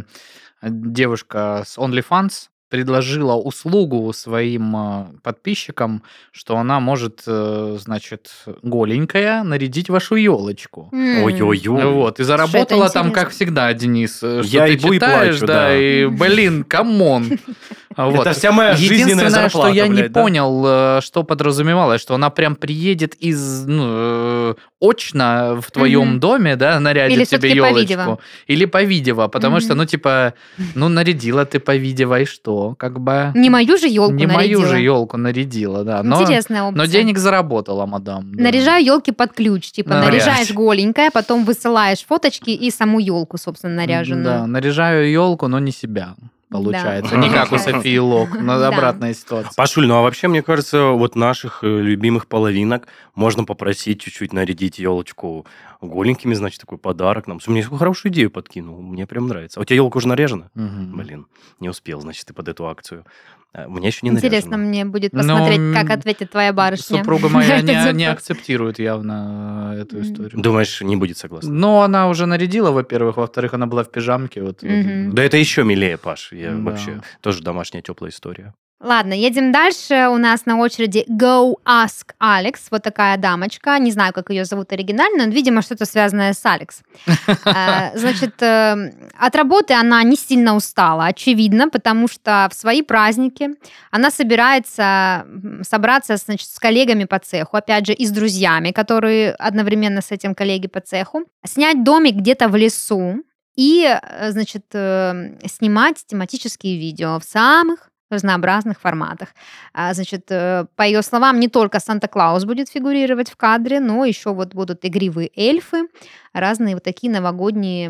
девушка с OnlyFans предложила услугу своим э, подписчикам, что она может, э, значит, голенькая нарядить вашу елочку. М. Ой-ой-ой. Вот, и заработала это там, интересно. как всегда, Денис, э, что Я ты ебу и читаешь, плачу, да, да. и, блин, камон. Вот. Это вся моя жизненная Единственное, зарплата, что я не блядь, да? понял, э, что подразумевалось, что она прям приедет из, ну, э, очно в твоем Мгм. доме, да, нарядит Или тебе всё-таки по елочку. видео? Или по видео, потому что, Мгм. ну, типа, ну, нарядила ты по видео, и что, как бы... Не мою же елку Не мою нарядила. же елку нарядила, да. Но, Интересная опция. но денег заработала, мадам. да. Наряжаю елки под ключ. Типа, Да. наряжаешь Блядь. голенькая, потом высылаешь фоточки и саму елку, собственно, Да, наряженную. наряжаю елку, но не себя, получается. Да. Не как у Получается. Софии Лок, но Да. обратная ситуация. Пашуль, ну а вообще, мне кажется, вот наших э, любимых половинок можно попросить чуть-чуть нарядить елочку голенькими, значит, такой подарок нам. Мне хорошую идею подкинул, мне прям нравится. А у тебя елка уже наряжена? Мгм. Блин, не успел, значит, ты под эту акцию. А, У меня еще не наряжена. Интересно мне будет Но, посмотреть, м, как ответит твоя барышня. Супруга моя на этот не, не запрос. акцептирует явно эту Мгм. историю. Думаешь, не будет согласна? Но она уже нарядила, во-первых, во-вторых, она была в пижамке. Вот, вот. Мгм. Да это еще милее, Паш. Я Да. вообще тоже домашняя теплая история. Ладно, едем дальше. У нас на очереди Go Ask Alex. Вот такая дамочка. Не знаю, как ее зовут оригинально, но, видимо, что-то связанное с Алекс. Э, Значит, э, от работы она не сильно устала, очевидно, потому что в свои праздники она собирается м, собраться, значит, с коллегами по цеху, опять же, и с друзьями, которые одновременно с этим коллеги по цеху, снять домик где-то в лесу и, э, значит, э, снимать тематические видео в самых разнообразных форматах. А, Значит, э, по ее словам, не только Санта-Клаус будет фигурировать в кадре, но еще вот будут игривые эльфы, разные вот такие новогодние м,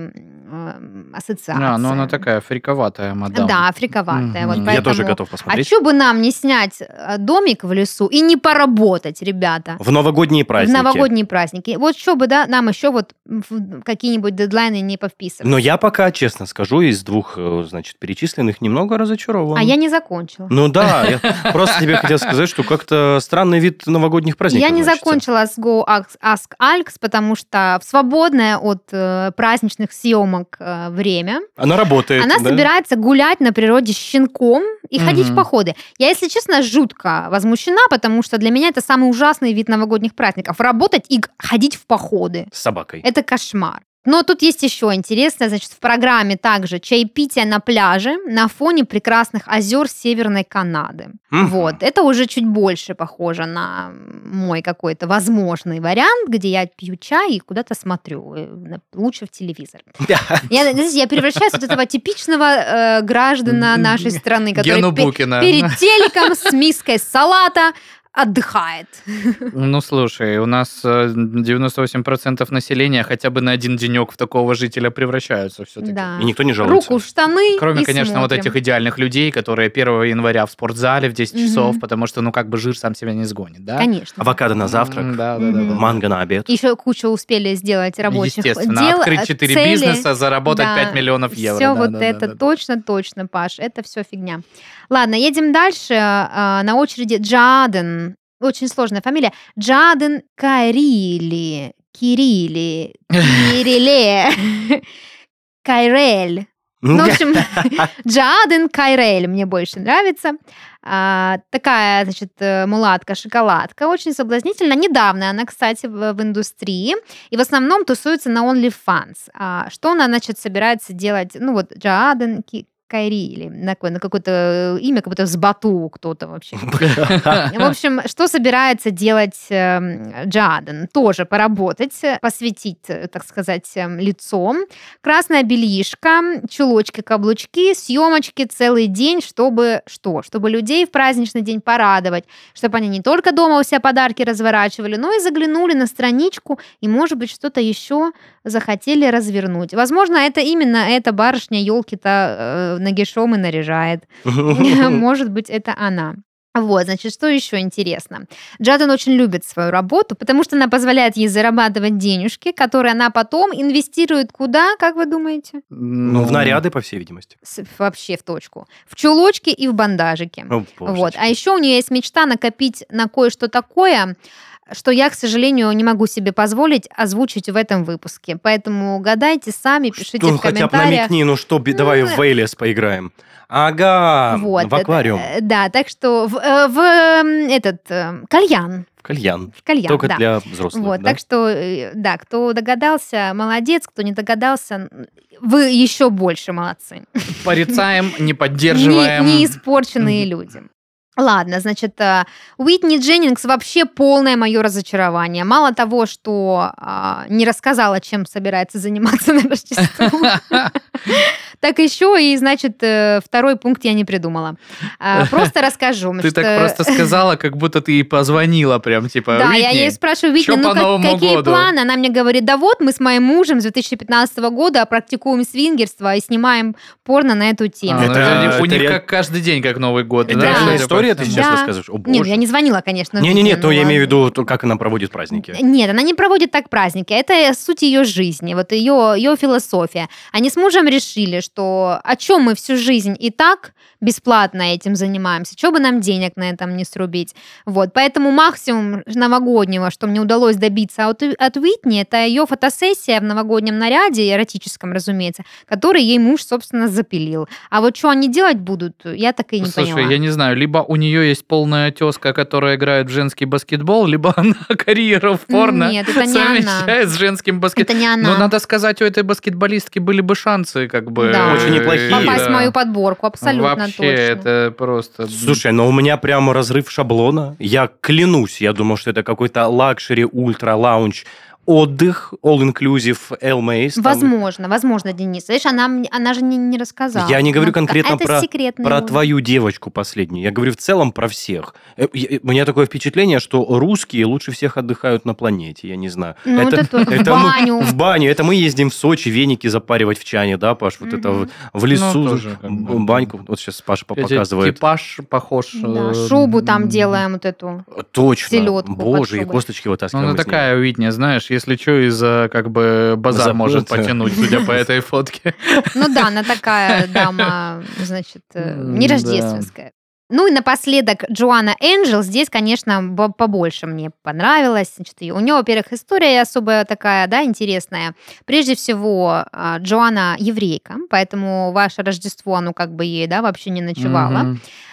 э, ассоциация. А, ну она такая фриковатая мадам. Да, фриковатая. Мгм. Вот Я поэтому... Я тоже готов посмотреть. А чё бы нам не снять э, домик в лесу и не поработать, ребята? В новогодние праздники. В новогодние праздники. Вот что бы, да, нам еще вот в какие-нибудь дедлайны не повписывать. Но я пока, честно скажу, из двух, э, значит, перечисленных немного разочарован. А я не закончила. Ну да, я просто тебе хотел сказать, что как-то странный вид новогодних праздников. Я не значится. закончила с Go Ask, Ask Alex, потому что в свободное от э, праздничных съемок э, время Она работает. она да? собирается гулять на природе с щенком и Мгм. ходить в походы. Я, если честно, жутко возмущена, потому что для меня это самый ужасный вид новогодних праздников. Работать и г- ходить в походы. С собакой. Это кошмар. Но тут есть еще интересное, значит, в программе также чаепитие на пляже на фоне прекрасных озер Северной Канады. Мгм. Вот, это уже чуть больше похоже на мой какой-то возможный вариант, где я пью чай и куда-то смотрю, э, на- лучше в телевизор. Я, знаете, я превращаюсь в вот этого типичного э, граждана нашей страны, который Гену пе- Букина. перед телеком с миской салата отдыхает. Ну, слушай, у нас э, девяносто восемь процентов населения хотя бы на один денек в такого жителя превращаются все-таки. Да. И никто не жалуется. Руку в штаны Кроме, и конечно, вот смотрим. этих идеальных людей, которые первого января в спортзале в десять Мгм. часов, потому что, ну, как бы жир сам себя не сгонит, да? Конечно. Авокадо на завтрак, М, Да, да, да, да. Мгм. манго на обед. Еще кучу успели сделать рабочих Естественно, дел. открыть четыре цели. бизнеса, заработать Да, пять миллионов евро. Все да, вот да, да, это да, да. точно-точно, Паш, это все фигня. Ладно, едем дальше. А, На очереди Джаден. Очень сложная фамилия. Джаден Карили. Кирилли. Кирилле. Кайрель. Ну, в общем, Джаден Кайрель мне больше нравится. А, такая, значит, э, мулатка-шоколадка, очень соблазнительна. Недавно она, кстати, в, в индустрии, и в основном тусуется на OnlyFans. А, что она, значит, собирается делать? Ну, вот Джаден Ки- Кайрили, на, какое- на какое-то имя, как будто с Бату кто-то вообще. В общем, что собирается делать эм, Джаден? Тоже поработать, посвятить, э, так сказать, эм, лицом. Красная бельишко, чулочки, каблучки, съемочки целый день, чтобы что? Чтобы людей в праздничный день порадовать, чтобы они не только дома у себя подарки разворачивали, но и заглянули на страничку и, может быть, что-то еще захотели развернуть. Возможно, это именно эта барышня елки-то э, нагишом и наряжает. Может быть, это она. Вот, значит, что еще интересно? Джаден очень любит свою работу, потому что она позволяет ей зарабатывать денежки, которые она потом инвестирует куда, как вы думаете? Ну, в наряды, по всей видимости. С- Вообще в точку. В чулочки и в бандажики. О, божечки. Вот. А еще у нее есть мечта накопить на кое-что такое, что я, к сожалению, не могу себе позволить озвучить в этом выпуске. Поэтому гадайте сами, пишите Ну, в хотя бы комментариях. намекни, ну что, би- давай в Вейлес поиграем. Ага, Вот, в аквариум. это- да, так что в, э, в, э, этот э, кальян. В кальян. В кальян, Только да. для взрослых, Вот, да? так что, э, да, кто догадался, молодец, кто не догадался, вы еще больше молодцы. Порицаем, не Не, поддерживаем. не испорченные люди. Ладно, значит, э, Уитни Дженнингс вообще полное мое разочарование. Мало того, что а, не рассказала, чем собирается заниматься на Рождество, так еще и, значит, э, второй пункт я не придумала. А, Просто расскажу. Ты что- так просто сказала, как будто ты ей позвонила прям, типа, Да, я «Уитни, ей спрашиваю, Витни, чё ну по как- Новому какие году?» планы? Она мне говорит, да вот мы с моим мужем с две тысячи пятнадцатого года практикуем свингерство и снимаем порно на эту тему. А, ну, Это- это у это них ре- как каждый день, как Новый год. Это Да. реальная судя по история, ты всему? сейчас Да. рассказываешь? О, Нет, я боже. не звонила, конечно. Не-не-не, Витни, то ну я имею в ладно. виду, то, как она проводит праздники. Нет, она не проводит так праздники. Это суть ее жизни, вот ее, ее философия. Они с мужем решили, что о чем мы всю жизнь и так бесплатно этим занимаемся, чего бы нам денег на этом не срубить. Вот, поэтому максимум новогоднего, что мне удалось добиться от, от Уитни, это ее фотосессия в новогоднем наряде, эротическом, разумеется, который ей муж, собственно, запилил. А вот что они делать будут, я так и не Слушай, поняла. я не знаю, либо у нее есть полная тезка, которая играет в женский баскетбол, либо она карьеру в порно Нет, это не она. совмещает с женским баскетболом. Это не она. Но надо сказать, у этой баскетболистки были бы шансы, как бы... Да. Очень неплохие. Попасть да. в мою подборку, абсолютно Вообще, точно. это просто... Слушай, но у меня прямо разрыв шаблона. Я клянусь, я думал, что это какой-то лакшери, ультра, лаунж, отдых, all-inclusive, Элмейс. Там... Возможно, возможно, Денис. Видишь, она, она же не, не рассказала. Я не говорю она конкретно такая, про, про твою девочку последнюю. Я говорю в целом про всех. У меня такое впечатление, что русские лучше всех отдыхают на планете. Я не знаю. Ну, это, это, это в баню. Мы, в баню. Это мы ездим в Сочи, веники запаривать в чане, да, Паш? Вот mm-hmm. это в, в лесу, ну, тоже, как бы, баньку. Вот сейчас Паша показывает. Типаж похож. Да, шубу там делаем вот эту. Точно. Селедку. Боже, и косточки вытаскиваем. Ну, она такая, Уитни, знаешь, если что, из как бы базар Запнуться. Может потянуть, судя по этой фотке. Ну да, она такая дама, значит, не рождественская. Ну и напоследок Джоанна Энджел. Здесь, конечно, побольше мне понравилось. Значит, у нее, во-первых, история особая такая, да, интересная. Прежде всего, Джоанна еврейка, поэтому ваше Рождество, оно как бы ей, да, вообще не ночевало. Mm-hmm.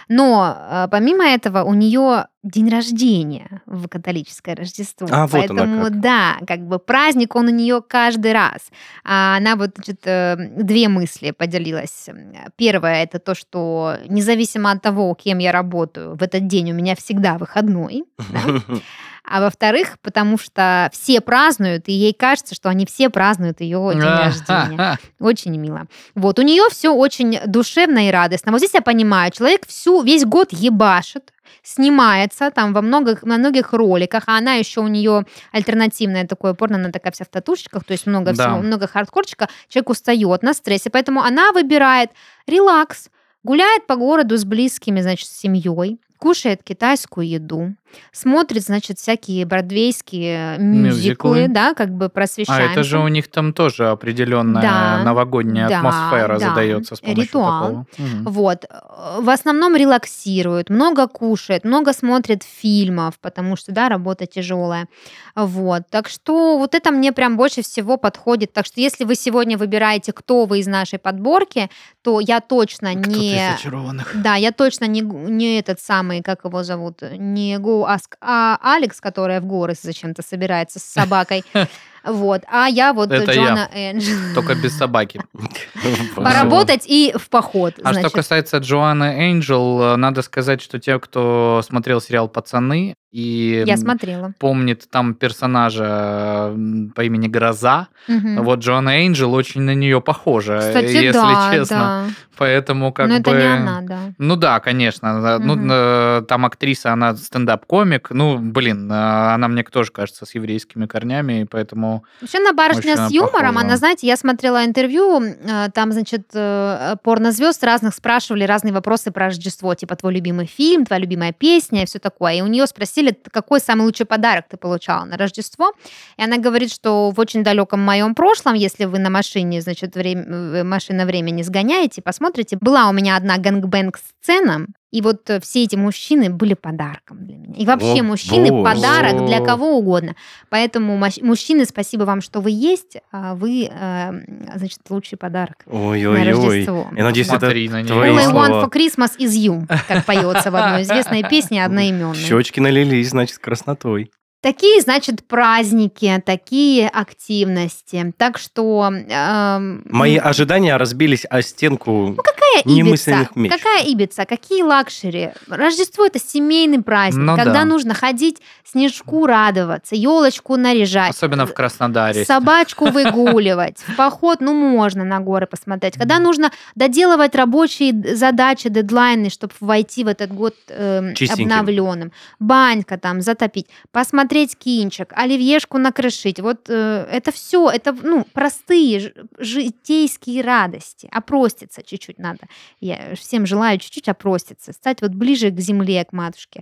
Но помимо этого у нее день рождения в католическое Рождество. А, вот поэтому, она как. Да, как бы праздник он у нее каждый раз. А она вот, значит, две мысли поделилась. Первое, это то, что независимо от того, кем я работаю, в этот день у меня всегда выходной. Да? А во-вторых, потому что все празднуют, и ей кажется, что они все празднуют ее день рождения. Очень мило. Вот, у нее все очень душевно и радостно. Вот здесь я понимаю, человек всю, весь год ебашит, снимается там во многих, на многих роликах, а она еще у нее альтернативное такое порно, она такая вся в татушечках, то есть много да. всего, много хардкорчика, человек устает на стрессе, поэтому она выбирает релакс, гуляет по городу с близкими, значит, с семьей, кушает китайскую еду, смотрит, значит, всякие бродвейские мюзиклы, мюзиклы. Да, как бы просвещаемся. А это же у них там тоже определенная да, да, атмосфера да, задается с помощью ритуал. Такого. Угу. Вот. В основном релаксирует, много кушает, много смотрит фильмов, потому что, да, работа тяжелая. Вот. Так что вот это мне прям больше всего подходит. Так что если вы сегодня выбираете, кто вы из нашей подборки, то я точно Кто-то не... из зачарованных. Да, я точно не, не этот самый, как его зовут, не Go Ask а Алекс, которая в горы зачем-то собирается с собакой. Вот. А я вот это Джоанна я. Энджел. Только без собаки. Поработать и в поход. А значит. Что касается Джоанны Энджел, надо сказать, что те, кто смотрел сериал «Пацаны», и я смотрела. Помнит там персонажа по имени Гроза, угу. вот Джоанна Энджел очень на нее похожа, Кстати, если да, честно. Да. Поэтому как Но бы... это не она, да. Ну да, конечно. Угу. Ну, там актриса, она стендап-комик. Ну, блин, она мне тоже кажется с еврейскими корнями, и поэтому... Вообще она барышня с юмором. Похожа. Она, знаете, я смотрела интервью, там, значит, порнозвезд разных спрашивали разные вопросы про Рождество, типа твой любимый фильм, твоя любимая песня и все такое. И у нее спросили, какой самый лучший подарок ты получала на Рождество. И она говорит, что в очень далеком моем прошлом, если вы на машине, значит, время, машина времени сгоняете, посмотрите, была у меня одна гэнгбэнг-сцена, и вот все эти мужчины были подарком для меня. И вообще О, мужчины боже. подарок для кого угодно. Поэтому мужчины, спасибо вам, что вы есть. А вы, значит, лучший подарок Ой-ой-ой. на Рождество. Я надеюсь, Смотри это на твои All I слова. want for Christmas is you, как поется в одной известной песне одноименной. Щечки налились, значит, краснотой. Такие, значит, праздники, такие активности. Так что... Эм, Мои ожидания разбились о стенку ну, какая немысленных Ибица? меч. Какая Ибица? Какие лакшери? Рождество – это семейный праздник, ну, когда да. нужно ходить, снежку радоваться, елочку наряжать. Особенно в Краснодаре. Собачку выгуливать. В поход, ну, можно на горы посмотреть. Когда нужно доделывать рабочие задачи, дедлайны, чтобы войти в этот год э, обновленным. Банька там затопить. Посмотреть кинчик, оливьешку накрошить. Вот э, это все, это ну, простые ж- житейские радости. Опроститься чуть-чуть надо. Я всем желаю чуть-чуть опроститься. Стать вот ближе к земле, к матушке.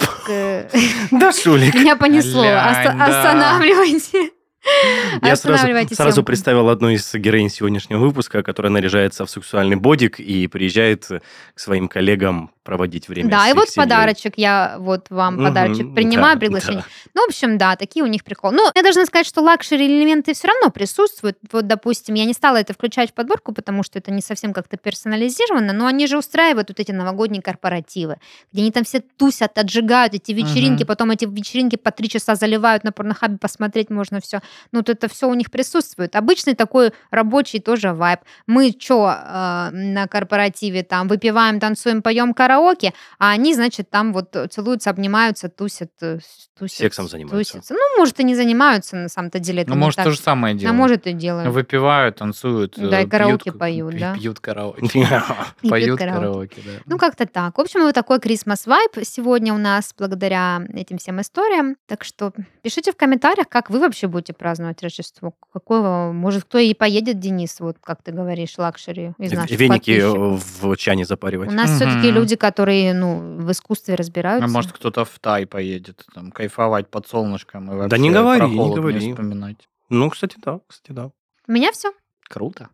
Да, Шулик. Меня понесло. Останавливайте. Я сразу, сразу представил одну из героинь сегодняшнего выпуска, которая наряжается в сексуальный бодик и приезжает к своим коллегам проводить время. Да, с и их вот семьей. подарочек, я вот вам Мгм, подарочек принимаю, да, приглашение. да. Ну, в общем, да, такие у них приколы. Ну, я должна сказать, что лакшери-элементы все равно присутствуют. Вот, допустим, я не стала это включать в подборку, потому что это не совсем как-то персонализировано, но они же устраивают вот эти новогодние корпоративы, где они там все тусят, отжигают эти вечеринки, Мгм. потом эти вечеринки по три часа заливают на порнохабе, посмотреть можно все. Ну, вот это все у них присутствует. Обычный такой рабочий тоже вайб. Мы что на корпоративе там выпиваем, танцуем, поем караоке, караоке, а они, значит, там вот целуются, обнимаются, тусят. э, тусят Сексом занимаются. тусятся. Ну, может, и не занимаются, на самом-то деле. Это Ну, не может, так. то же самое А делают. может, и делают. Выпивают, танцуют. Да, э, и караоке пьют, поют, пи- да. Пьют караоке. И пьют Поют караоке. караоке, да. Ну, как-то так. В общем, вот такой Christmas vibe сегодня у нас благодаря этим всем историям. Так что пишите в комментариях, как вы вообще будете праздновать Рождество. Какого, может, кто и поедет, Денис, вот как ты говоришь, лакшери из наших Веники подписчиков. в чане запаривать. У нас Мгм. все-таки люди, которые, ну, в искусстве А разбираются. может, кто-то в Тай поедет, там, кайфовать под солнышком и вообще Да не говори, про не холод не говори. вспоминать. Ну, кстати, да, кстати, да. У меня все. Круто.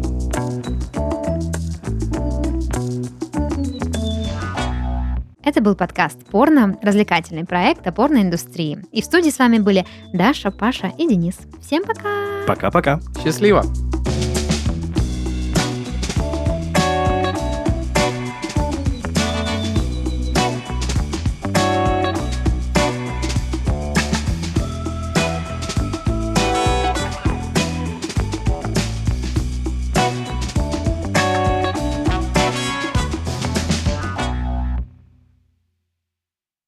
Это был подкаст «Порно», развлекательный проект о порноиндустрии. И в студии с вами были Даша, Паша и Денис. Всем пока! Пока-пока. Счастливо.